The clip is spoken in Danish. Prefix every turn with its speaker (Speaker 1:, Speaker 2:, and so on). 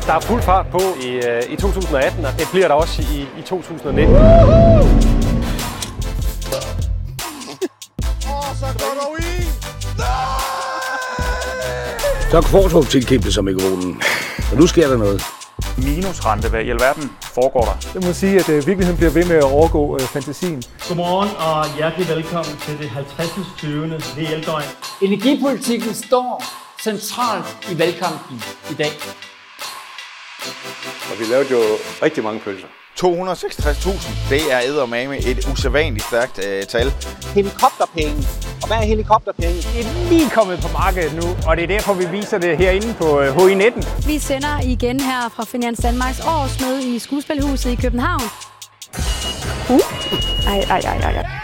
Speaker 1: Der er fuld fart på i 2018, og det bliver der også i 2019.
Speaker 2: Så Kvartrup tilkæmpede sig mikrofonen, og nu sker der noget.
Speaker 3: Minusrente, hvad i alverden foregår der?
Speaker 4: Jeg må sige, at virkeligheden bliver ved med at overgå fantasien.
Speaker 5: Godmorgen og hjertelig velkommen til det 50. VL-døgn.
Speaker 6: Energipolitikken står centralt i valgkampen i dag.
Speaker 1: Og vi lavede jo rigtig mange pølser.
Speaker 7: 266.000, det er eddermame et usædvanligt stærkt tal.
Speaker 8: Helikopterpenge. Og hvad er helikopterpenge?
Speaker 4: Det er lige kommet på markedet nu, og det er derfor, vi viser det herinde på HI19.
Speaker 9: Vi sender igen her fra Finans Danmarks årsmøde i Skuespilhuset i København.
Speaker 10: Ej.